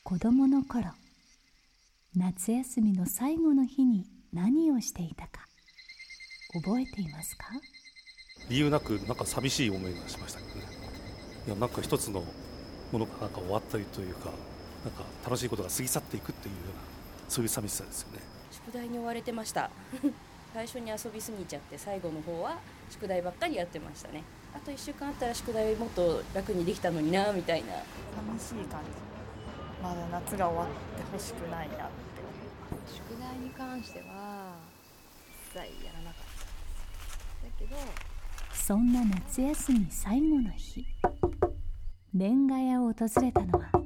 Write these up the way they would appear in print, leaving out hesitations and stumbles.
子供の頃、夏休みの最後の日に何をしていたか覚えていますか？ 理由なくなんか寂しい思いがしましたけどね。いや、なんか一つのものがなんか終わったりというか、なんか楽しいことが過ぎ去っていくっていうような、そういう寂しさですよね。 宿題に追われてました最初に遊びすぎちゃって、最後の方は宿題ばっかりやってましたね。あと1週間あったら宿題もっと楽にできたのになみたいな。 寂しい感じ。まだ夏が終わってほしくないなって。 宿題に関しては一切やらなかったです。だけどそんな夏休み最後の日、レンガ屋を訪れたのは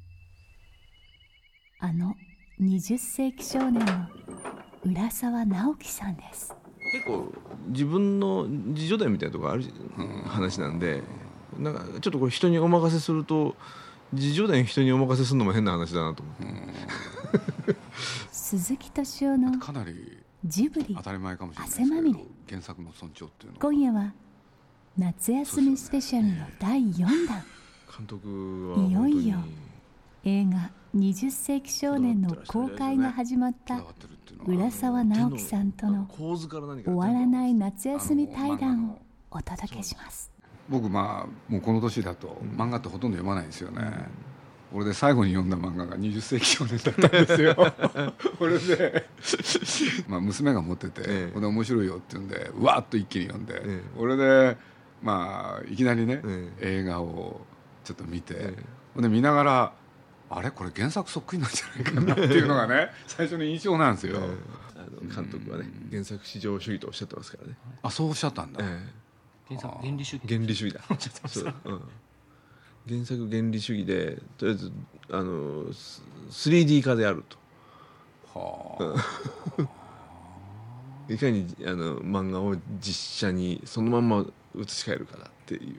あの20世紀少年の浦沢直樹さんです。 結構自分の自叙伝みたいなところある話なんで、なんかちょっとこれ人にお任せすると、自叙伝人にお任せするのも変な話だなと思って、 鈴木敏夫のかなりジブリ当たり前かもしれないです汗まみれ。 原作の尊重っていうの今夜は夏休みスペシャルの第4弾。 監督は本当にいよいよ映画20世紀少年の公開が始まった浦沢直樹さんとの終わらない夏休み対談をお届けします。 僕もうこの年だと漫画ってほとんど読まないんですよね。俺で最後に読んだ漫画が20世紀少年だったんですよこれで娘が持ってて、これ面白いよって言うんでうわっと一気に読んで、俺でいきなりね、映画をちょっと見て、で見ながらあれこれ原作そっくりなんじゃないかなっていうのがね最初の印象なんですよ。 監督はね、原作至上主義とおっしゃってますからね。 あ、そうおっしゃったんだ。 原作原理主義。 原理主義だそう、原作原理主義で、とりあえず3D 化であると、いかに漫画を実写にそのまま移し替えるかだっていう、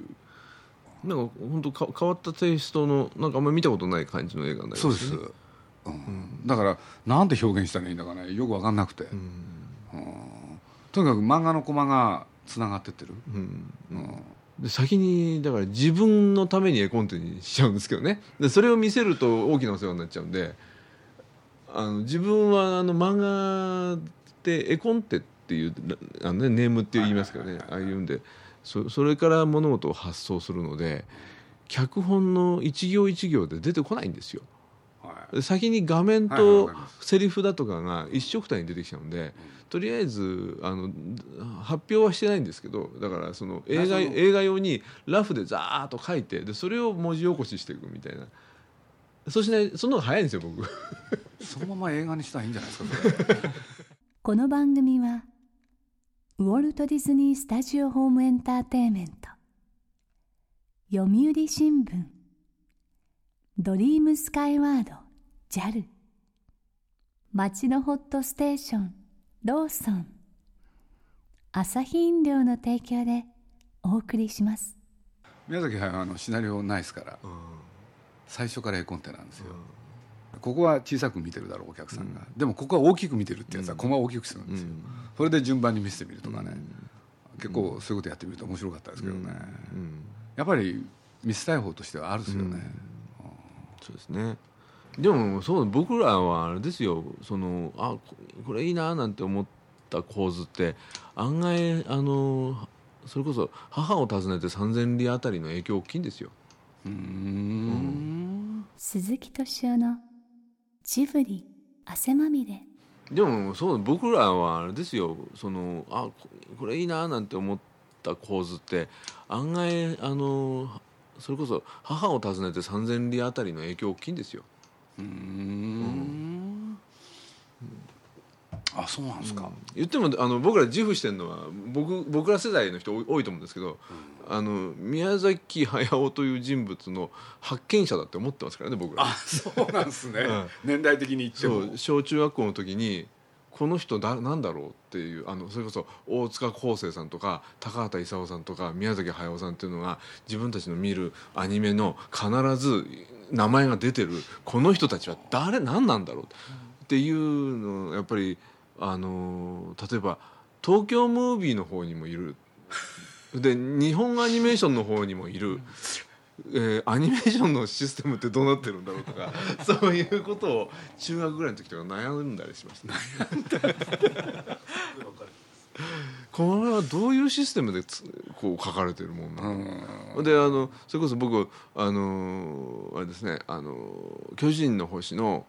なんか本当変わったテイストの、なんかあんまり見たことない感じの映画になりますね。 そうです、だからなんて表現したらいいんだかね、よく分かんなくて、とにかく漫画のコマがつながってってる、 で先にだから自分のために絵コンテにしちゃうんですけどね。でそれを見せると大きなお世話になっちゃうんで、自分は漫画って絵コンテっていうネームって言いますけどね、ああいうんでそれから物事を発想するので、脚本の一行一行で出てこないんですよ。先に画面とセリフだとかが一緒くたに出てきちゃうんで、とりあえず発表はしてないんですけど、だからその映画用にラフでザーッと書いて、でそれを文字起こししていくみたいな。そうしない、その方が早いんですよ僕そのまま映画にしたらいいんじゃないですかこの番組はウォルト・ディズニー・スタジオ・ホーム・エンターテインメント、読売新聞、ドリームスカイワード JAL、 街のホットステーションローソン、アサヒ飲料の提供でお送りします。 宮崎駿シナリオないですから、最初から絵コンテなんですよ。ここは小さく見てるだろうお客さんが、でもここは大きく見てるってやつはコマを大きくするんですよ、それで順番に見せてみるとかね、結構そういうことやってみると面白かったですけどね、やっぱり見せたい方としてはあるんですよね、 そうですね。でも僕らはあれですよ、これいいななんて思った構図って案外それこそ母を訪ねて3000里あたりの影響大きいんですよ。 鈴木敏夫のジブリ汗まみれ。でも僕らはあれですよ、これいいななんて思った構図って案外それこそ母を訪ねて3000里あたりの影響大きいんですよ。 あ、そうなんですか。 言っても僕ら自負してるのは僕ら世代の人多いと思うんですけど、宮崎駿という人物の発見者だって思ってますからね僕ら。 あ、そうなんですね、年代的に言っても。 そう、小中学校の時にこの人なんだろうっていう、それこそ大塚康生さんとか高畑勲さんとか宮崎駿さんっていうのが自分たちの見るアニメの必ず名前が出てる、この人たちは何なんだろうっていうのをやっぱり例えば東京ムービーの方にもいるで、日本アニメーションの方にもいる、 アニメーションのシステムってどうなってるんだろうとかそういうことを中学ぐらいの時とか悩んだりしましたねこれはどういうシステムでこう書かれてるもんなの、でそれこそ僕あれですね巨人の星の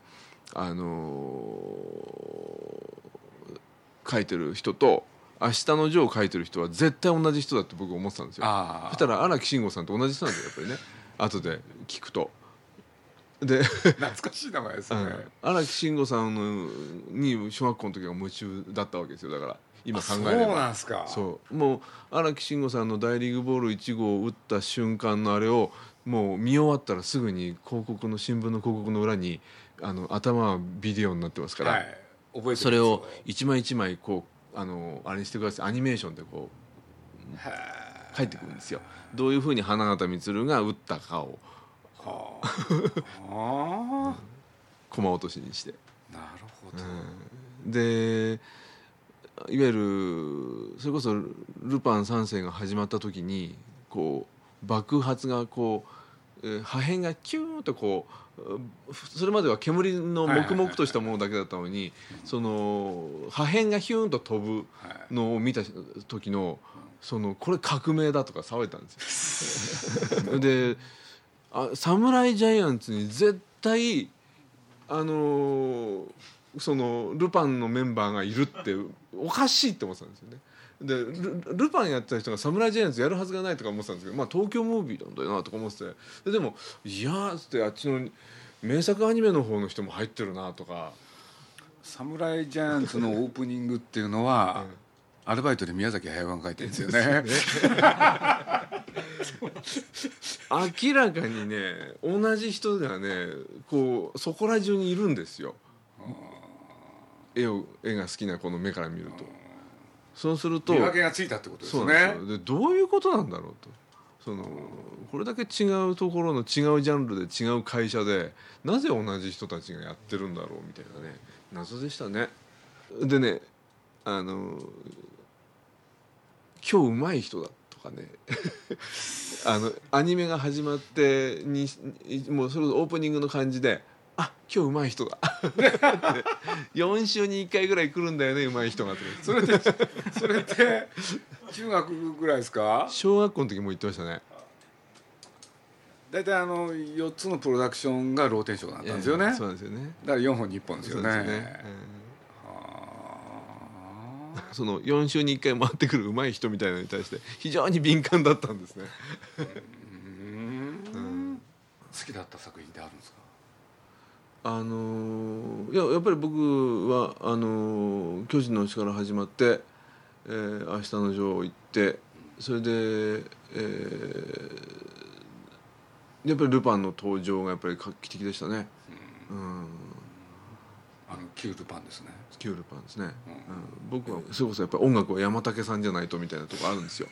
書いてる人と明日のジョーを書いてる人は絶対同じ人だって僕思ってたんですよ。そしたら荒木慎吾さんと同じ人なんですよやっぱりね後で聞くと。で懐かしい名前ですね。 荒木慎吾さんに小学校の時は夢中だったわけですよ。だから今考えればそうなんですか。 そうもう荒木慎吾さんの大リーグボール1号を打った瞬間のあれをもう見終わったらすぐに新聞の広告の裏に頭はビデオになってますから、 はい、覚えてる。 それを一枚一枚こうあれにしてください。アニメーションでこう書いてくるんですよ。どういうふうに花形満が打ったかをコマ落としにして。 なるほど、 でいわゆるそれこそルパン三世が始まった時にこう爆発がこう破片がキューンとこうそれまでは煙の黙々としたものだけだったのにその破片がヒューンと飛ぶのを見た時のこれ革命だとか騒いだんですよでサムライジャイアンツに絶対そのルパンのメンバーがいるっておかしいって思ってたんですよね。で ルパンやってた人がサムライジャイアンツやるはずがないとか思ってたんですけど、まあ東京ムービーなんだよなとか思ってて、でもいやーっつってあっちの名作アニメの方の人も入ってるなとか。 サムライジャイアンツのオープニングっていうのは、アルバイトで宮崎駿が書いてるんですよね明らかにね同じ人がねこうそこら中にいるんですよ。絵が好きなこの目から見ると、そうすると見分けがついたってことですよね。 でどういうことなんだろうと、これだけ違うところの違うジャンルで違う会社でなぜ同じ人たちがやってるんだろうみたいなね謎でしたね。でね今日うまい人だとかねアニメが始まってもうそれオープニングの感じで今日うまい人だ4週に1回ぐらい来るんだよねうまい人がとかそれって中学ぐらいですか？ 小学校の時も言ってましたね。 大体4つのプロダクションがローテンションだったんですよね。 そうなんですよね。 だから4本に1本ですよね。 その4週に1回回ってくるうまい人みたいなのに対して非常に敏感だったんですね好きだった作品ってあるんですか？ やっぱり僕は巨人の星から始まって、明日のジョー行ってそれで、やっぱりルパンの登場がやっぱり画期的でしたね。 旧ルパンですね。 旧ルパンですね、僕はそれこそやっぱり音楽は山竹さんじゃないとみたいなとこあるんですよ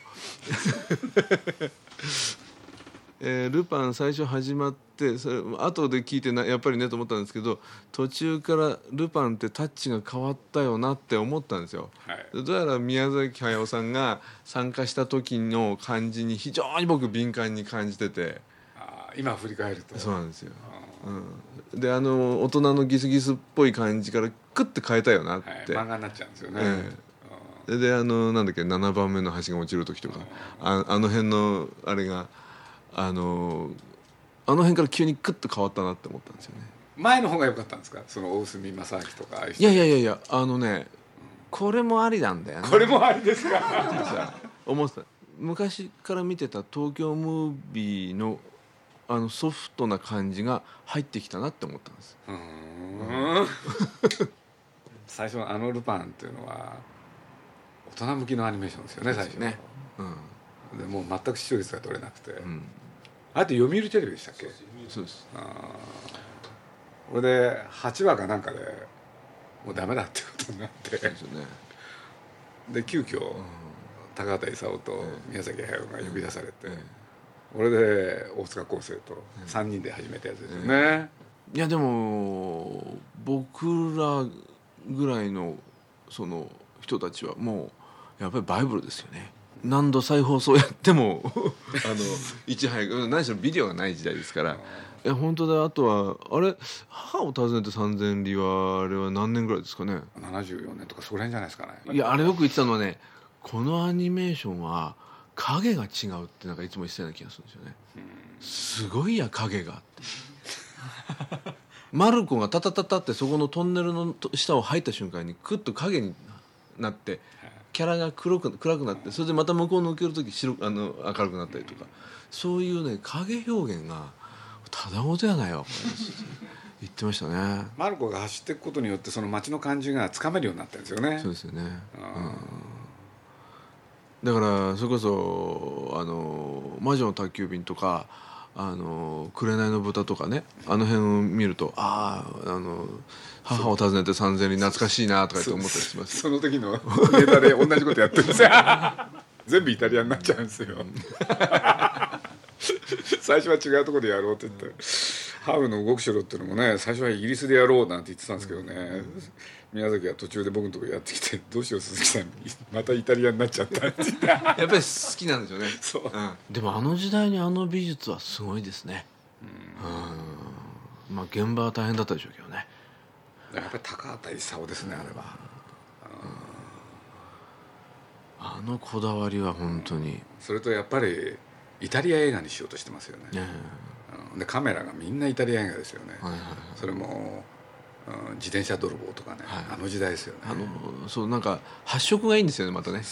ルパン最初始まってそれ後で聞いてやっぱりねと思ったんですけど途中からルパンってタッチが変わったよなって思ったんですよ、どうやら宮崎駿さんが参加した時の感じに非常に僕敏感に感じてて今振り返るとそうなんですよ、で大人のギスギスっぽい感じからクッて変えたよなって、 漫画になっちゃうんですよね、 でなんだっけ7番目の橋が落ちる時とかあの辺のあれがあの辺から急にクッと変わったなって思ったんですよね。 前の方が良かったんですか？その大隅正明とかいやこれもありなんだよね。 これもありですか思ってた。昔から見てた東京ムービーのソフトな感じが入ってきたなって思ったんです。 最初のルパンっていうのは大人向きのアニメーションですよね最初ね、でもう全く視聴率が取れなくて、あと読売テレビでしたっけ？ そうです。 これで8話かなんかでもうダメだってことになってで急遽高畑勲と宮崎駿が呼び出されて、これで大塚康生と3人で始めたやつですよね。 いやでも僕らぐらいのその人たちはもうやっぱりバイブルですよね。 何度再放送やってもいち早く何しろビデオがない時代ですから。いや本当だ。あとはあれ母を訪ねて3000里はあれは何年ぐらいですかね。 74年とかそこら辺じゃないですかね。 いやあれよく言ってたのはね、このアニメーションは影が違うってなんかいつも言ってたような気がするんですよね。すごいや影があってマルコがタタタタってそこのトンネルの下を入った瞬間にクッと影になってキャラが暗くなって、それでまた向こう抜ける時明るくなったりとか、そういうね影表現がただごとやないよ言ってましたね。 マルコが走っていくことによってその街の感じがつかめるようになってるんですよね。 そうですよね、だからそれこそ魔女の宅急便とか紅の豚とかね、あの辺を見ると母を訪ねて3000里懐かしいなとかって思ったりします。 その時のネタで同じことやってるんですよ全部イタリアになっちゃうんですよ最初は違うところでやろうって言ってハウルの動く城っていうのもね、最初はイギリスでやろうなんて言ってたんですけどね、宮崎が途中で僕のところやってきてどうしよう鈴木さんまたイタリアになっちゃったって言ってやっぱり好きなんでしょうねそう、 でもあの時代にあの美術はすごいですね。まあ現場は大変だったでしょうけどね。 やっぱり高畑勲ですね、あれは。 あのこだわりは本当に、 それとやっぱりイタリア映画にしようとしてますよね。でカメラがみんなイタリア映画ですよね。それも自転車泥棒とかね、あの時代ですよね。 そうなんか発色がいいんですよねまたね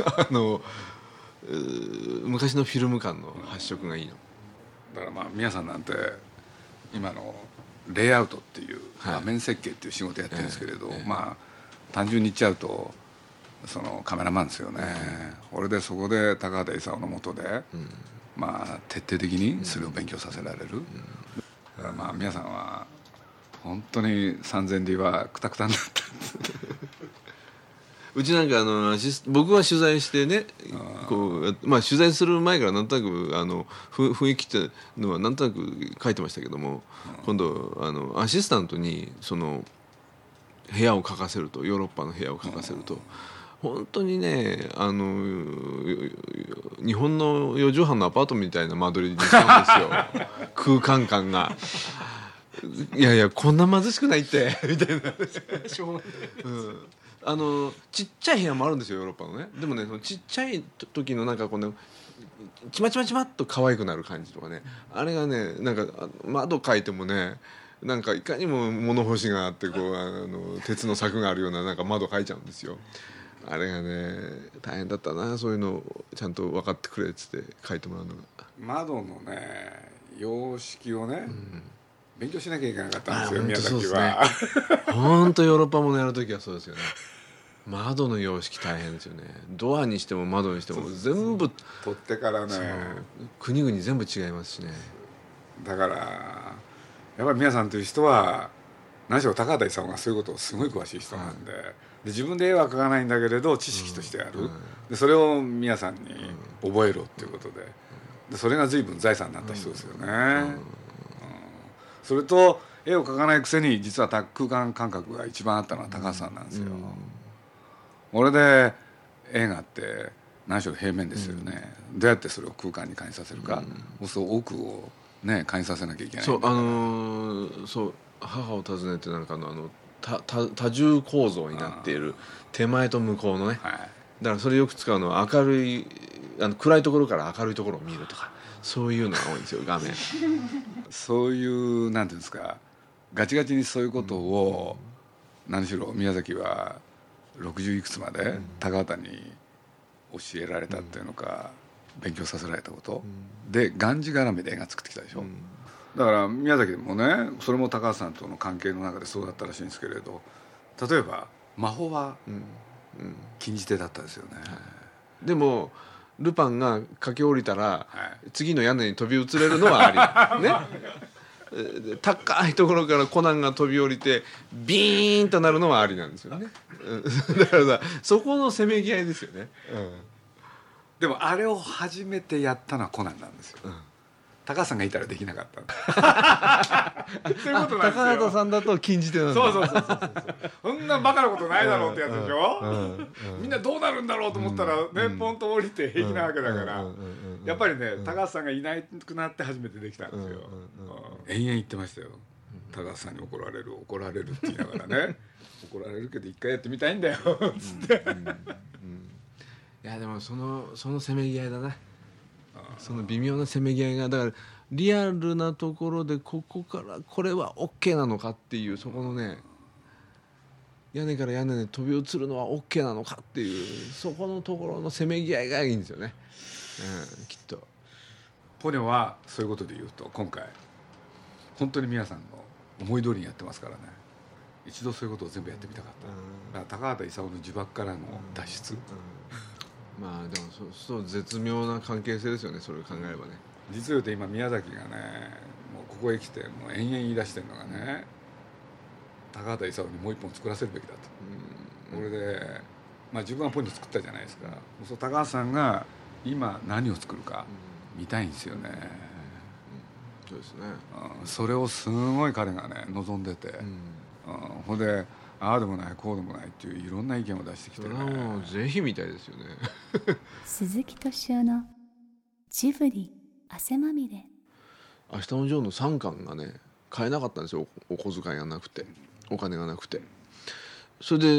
昔のフィルム感の発色がいいの。 だからまあ皆さんなんて今のレイアウトっていう画面設計っていう仕事やってるんですけれど、まあ単純に言っちゃうとそのカメラマンですよね。俺でそこで高畑勲の下で、まあ徹底的にそれを勉強させられる。だからまあ皆さんは本当に3000里はクタクタになったうちなんか僕は取材してね、まあ取材する前からなんとなく雰囲気っていうのはなんとなく書いてましたけども、今度アシスタントにその部屋を描かせると、ヨーロッパの部屋を描かせると、本当にね日本の4畳半のアパートみたいな間取りにしたんですよ空間感が。いやいやこんな貧しくないってみたいなちっちゃい部屋もあるんですよヨーロッパのね。でもねそのちっちゃい時のなんかこのちまちまちまっと可愛くなる感じとかね、あれがねなんか窓描いてもねなんかいかにも物干しがあってこう鉄の柵があるようななんか窓描いちゃうんですよ。あれがね大変だったな、そういうのをちゃんと分かってくれっつって描いてもらうのが。 窓のね様式をね、勉強しなきゃいけなかったんですよ宮崎は。 本当ヨーロッパものやるときはそうですよね。窓の様式大変ですよね。ドアにしても窓にしても全部取ってからね国々全部違いますしね。 だからやっぱり宮さんという人は何しろ高畑勲がそういうことをすごい詳しい人なんで、自分で絵は描かないんだけれど知識としてやる、でそれを宮さんに覚えろっていうことで、それが随分財産になった人ですよね。それと絵を描かないくせに実は空間感覚が一番あったのは高橋さんなんですよ。俺で映画って何しろ平面ですよね、どうやってそれを空間に感じさせるか、そう奥をね感じさせなきゃいけない。 そう母を訪ねてなんか多重構造になっている手前と向こうのね、だからそれよく使うのは明るい暗いところから明るいところを見るとか、そういうのが多いんですよ画面そういうなんていうんですか、ガチガチにそういうことを、何しろ宮崎は60いくつまで高畑に教えられたっていうのか、勉強させられたこと、でがんじがらめで映画作ってきたでしょ、だから宮崎もねそれも高橋さんとの関係の中でそうだったらしいんですけれど、例えば魔法は禁じ手だったですよね、 でもルパンが駆け下りたら、次の屋根に飛び移れるのはありね高いところからコナンが飛び降りてビーンとなるのはありなんですよねだからさそこのせめぎ合いですよね、 でもあれを初めてやったのはコナンなんですよ、 高橋さんがいたらできなかったそういうことなんですよ。 高畑さんだと禁じ手なんだ。 そうそんなバカなことないだろうってやつでしょ。みんなどうなるんだろうと思ったらね、ポンと降りて平気なわけだから、やっぱりね高橋さんがいなくなって初めてできたんですよ。延々言ってましたよ。高橋さんに怒られるって言いながらね怒られるけど一回やってみたいんだよつって。 いやでもそのせめぎ合いだな。その微妙なせめぎ合いがだからリアルなところでここからこれは OK なのかっていうそこのね屋根から屋根で飛び移るのは OK なのかっていうそこのところのせめぎ合いがいいんですよね、きっと。 ポニョはそういうことで言うと今回本当に皆さんの思い通りにやってますからね。一度そういうことを全部やってみたかった。だから高畑勲の呪縛からの脱出、 まあでもそう絶妙な関係性ですよね、それを考えればね。 実を言うと今宮崎がねもうここへ来てもう延々言い出してるのがね、高畑勲にもう一本作らせるべきだと。これで、まあ、自分はポニョ作ったじゃないですか。そう高畑さんが今何を作るか見たいんですよね。 そうですね。 それをすごい彼がね望んでて、ほんでああでもないこうでもないっていういろんな意見を出してきてね。 もうぜひみたいですよね鈴木敏夫のジブリ汗まみれ。 明日のジョーの3巻がね買えなかったんですよ、お小遣いがなくてお金がなくて。それで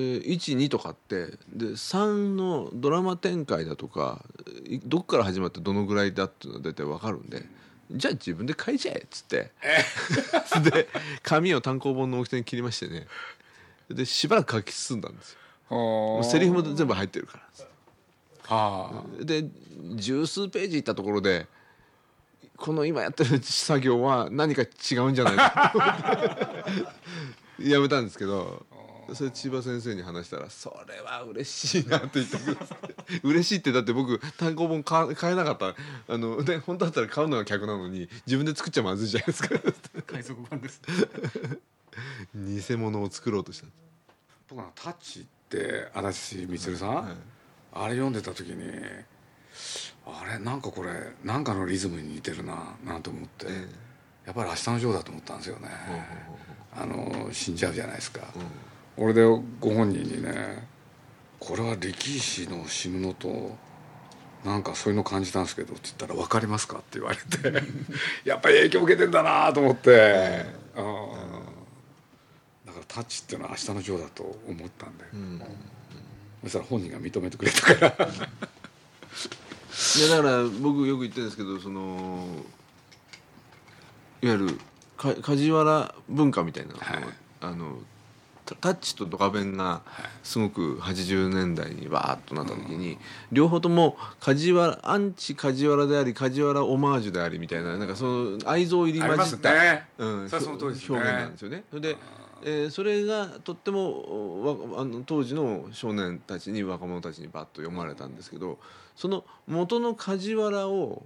1,2とかってで3のドラマ展開だとかどっから始まってどのぐらいだっていうのが大体分かるんで、じゃあ自分で書いちゃえっつってで紙を単行本の大きさに切りましてね、でしばらく書き進んだんですよ。もうセリフも全部入ってるからで十数ページいったところでこの今やってる作業は何か違うんじゃないかと思ってやめたんですけど、それ千葉先生に話したらそれは嬉しいなって言ってくださって嬉しいってだって僕単行本買えなかったで本当だったら買うのが客なのに自分で作っちゃまずいじゃないですか海賊版です偽物を作ろうとした。 僕はタッチって足立みつるさん、あれ読んでた時にあれなんかこれなんかのリズムに似てるななんて思って、やっぱり明日のジョーだと思ったんですよね。死んじゃうじゃないですか、俺でご本人にねこれは力士の死ぬのとなんかそういうの感じたんですけどって言ったら分かりますかって言われてやっぱり影響受けてんだなと思って、だからタッチっていうのは明日のジョーだと思ったんで、そしたら本人が認めてくれたからいやだから僕よく言ってるんですけどいわゆる梶原文化みたいなの、タッチとドカベンがすごく80年代にわーっとなった時に、両方ともアンチ梶原であり梶原オマージュでありみたいな、なんかその愛憎入り混じった、表現なんですよね。それで、それがとっても当時の少年たちに若者たちにバッと読まれたんですけど、その元の梶原を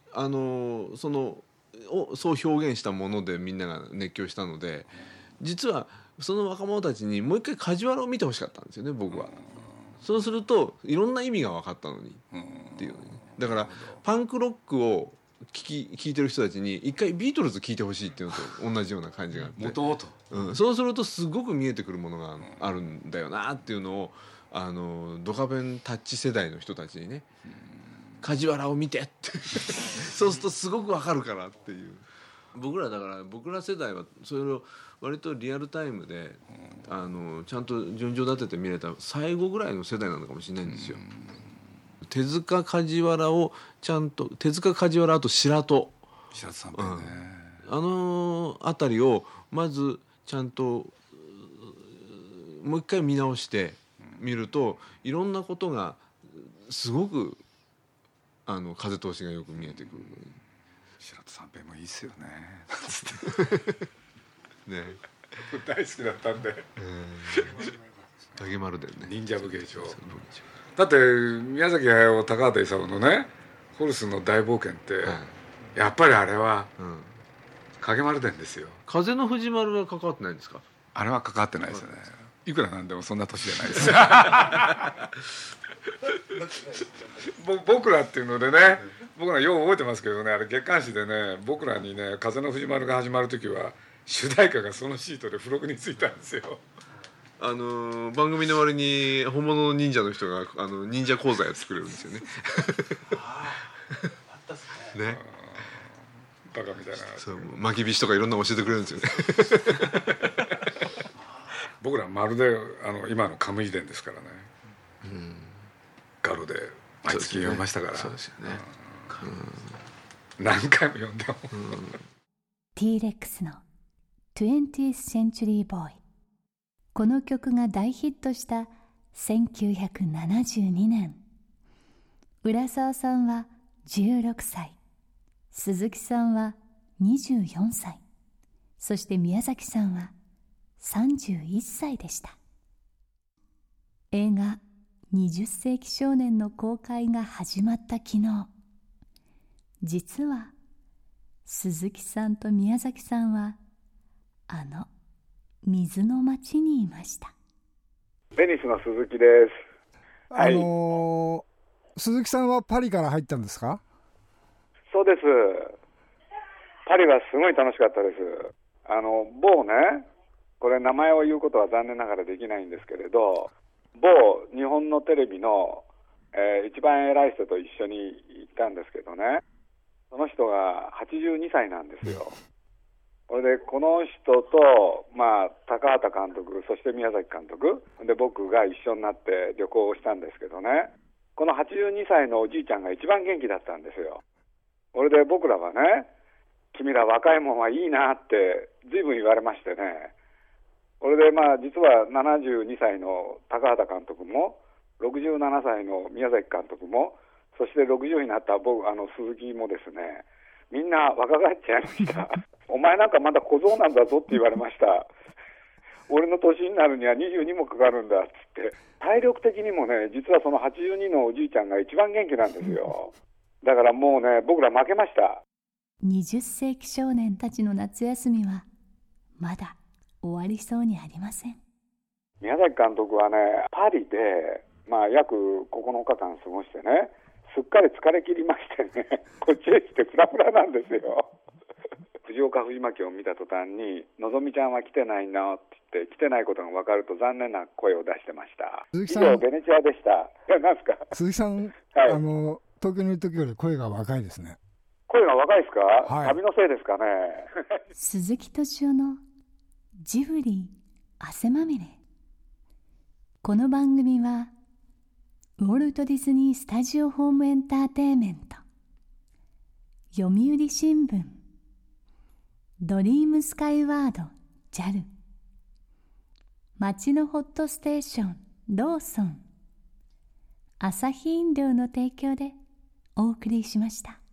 そう表現したものでみんなが熱狂したので、実はその若者たちにもう一回梶原を見てほしかったんですよね、僕は。そうするといろんな意味が分かったのにっていう、だからパンクロックを聴いてる人たちに一回ビートルズ聴いてほしいっていうのと同じような感じがあってそうするとすごく見えてくるものがあるんだよなっていうのをドカベンタッチ世代の人たちにね、梶原を見てってそうするとすごく分かるからっていう。僕ら世代はそれを割とリアルタイムでちゃんと順序立てて見れた最後ぐらいの世代なのかもしれないんですよ。手塚梶原をちゃんと梶原あと白戸三平ね、 あたりをまずちゃんともう一回見直して見るといろんなことがすごく風通しがよく見えてくる。 白戸三平もいいっすよねね大好きだったんで竹丸でね忍者武芸場だって宮崎駿高畑勲のねホルスの大冒険って、やっぱりあれは、影丸伝ですよ。 風の藤丸は関わってないんですか？ あれは関わってないですよね。いくらなんでもそんな年じゃないです僕らっていうのでね僕らよう覚えてますけどね、あれ月刊誌でね、僕らにね「風の藤丸」が始まる時は主題歌がそのシートで付録についたんですよ。 番組の割に本物の忍者の人が忍者講座やってくれるんですよね。 あったっすね。 ね、 バカみたいな。 そう巻きびしとかいろんなの教えてくれるんですよね。 僕らまるで今のカムイ伝ですからね、ガルで毎月読みましたから。 そうですよね。 何回も読んでも、 T-Rex の 20th Century Boy。 この曲が大ヒットした1972年、浦沢さんは16歳、鈴木さんは24歳、そして宮崎さんは31歳でした。映画20世紀少年の公開が始まった昨日、実は鈴木さんと宮崎さんは水の町にいました。 ベニスの鈴木です。はい、 鈴木さんはパリから入ったんですか？ そうです。パリはすごい楽しかったです。某ね、これ名前を言うことは残念ながらできないんですけれど、某日本のテレビの、一番偉い人と一緒に行ったんですけどね、その人が82歳なんですよ。それでこの人と、高畑監督、そして宮崎監督で僕が一緒になって旅行をしたんですけどね、この82歳のおじいちゃんが一番元気だったんですよ。それで僕らはね、君ら若いもんはいいなって随分言われましてね、それで実は72歳の高畑監督も67歳の宮崎監督も、そして60になった僕鈴木もですね、みんな若返っちゃいましたお前なんかまだ小僧なんだぞって言われました。俺の年になるには22もかかるんだっつって。体力的にもね、実はその82のおじいちゃんが一番元気なんですよ。だからもうね、僕ら負けました。 20世紀少年たちの夏休みはまだ終わりそうにありません。 宮崎監督はね、パリで、約9日間過ごしてね、すっかり疲れ切りましてね、こっちへ来てフラフラなんですよ。藤岡藤巻を見た途端に、のぞみちゃんは来てないなって言って、来てないことが分かると残念な声を出してました。 鈴木さん、 以上ベネチアでした。何ですか？ 鈴木さん、 はい、 東京にいる時より声が若いですね。 声が若いですか？ はい、 旅のせいですかね。 鈴木敏夫のジブリ汗まみれ。この番組はウォルト・ディズニー・スタジオ・ホーム・エンターテインメント、読売新聞、ドリームスカイワード JAL、 町のホットステーションローソン、アサヒ飲料の提供でお送りしました。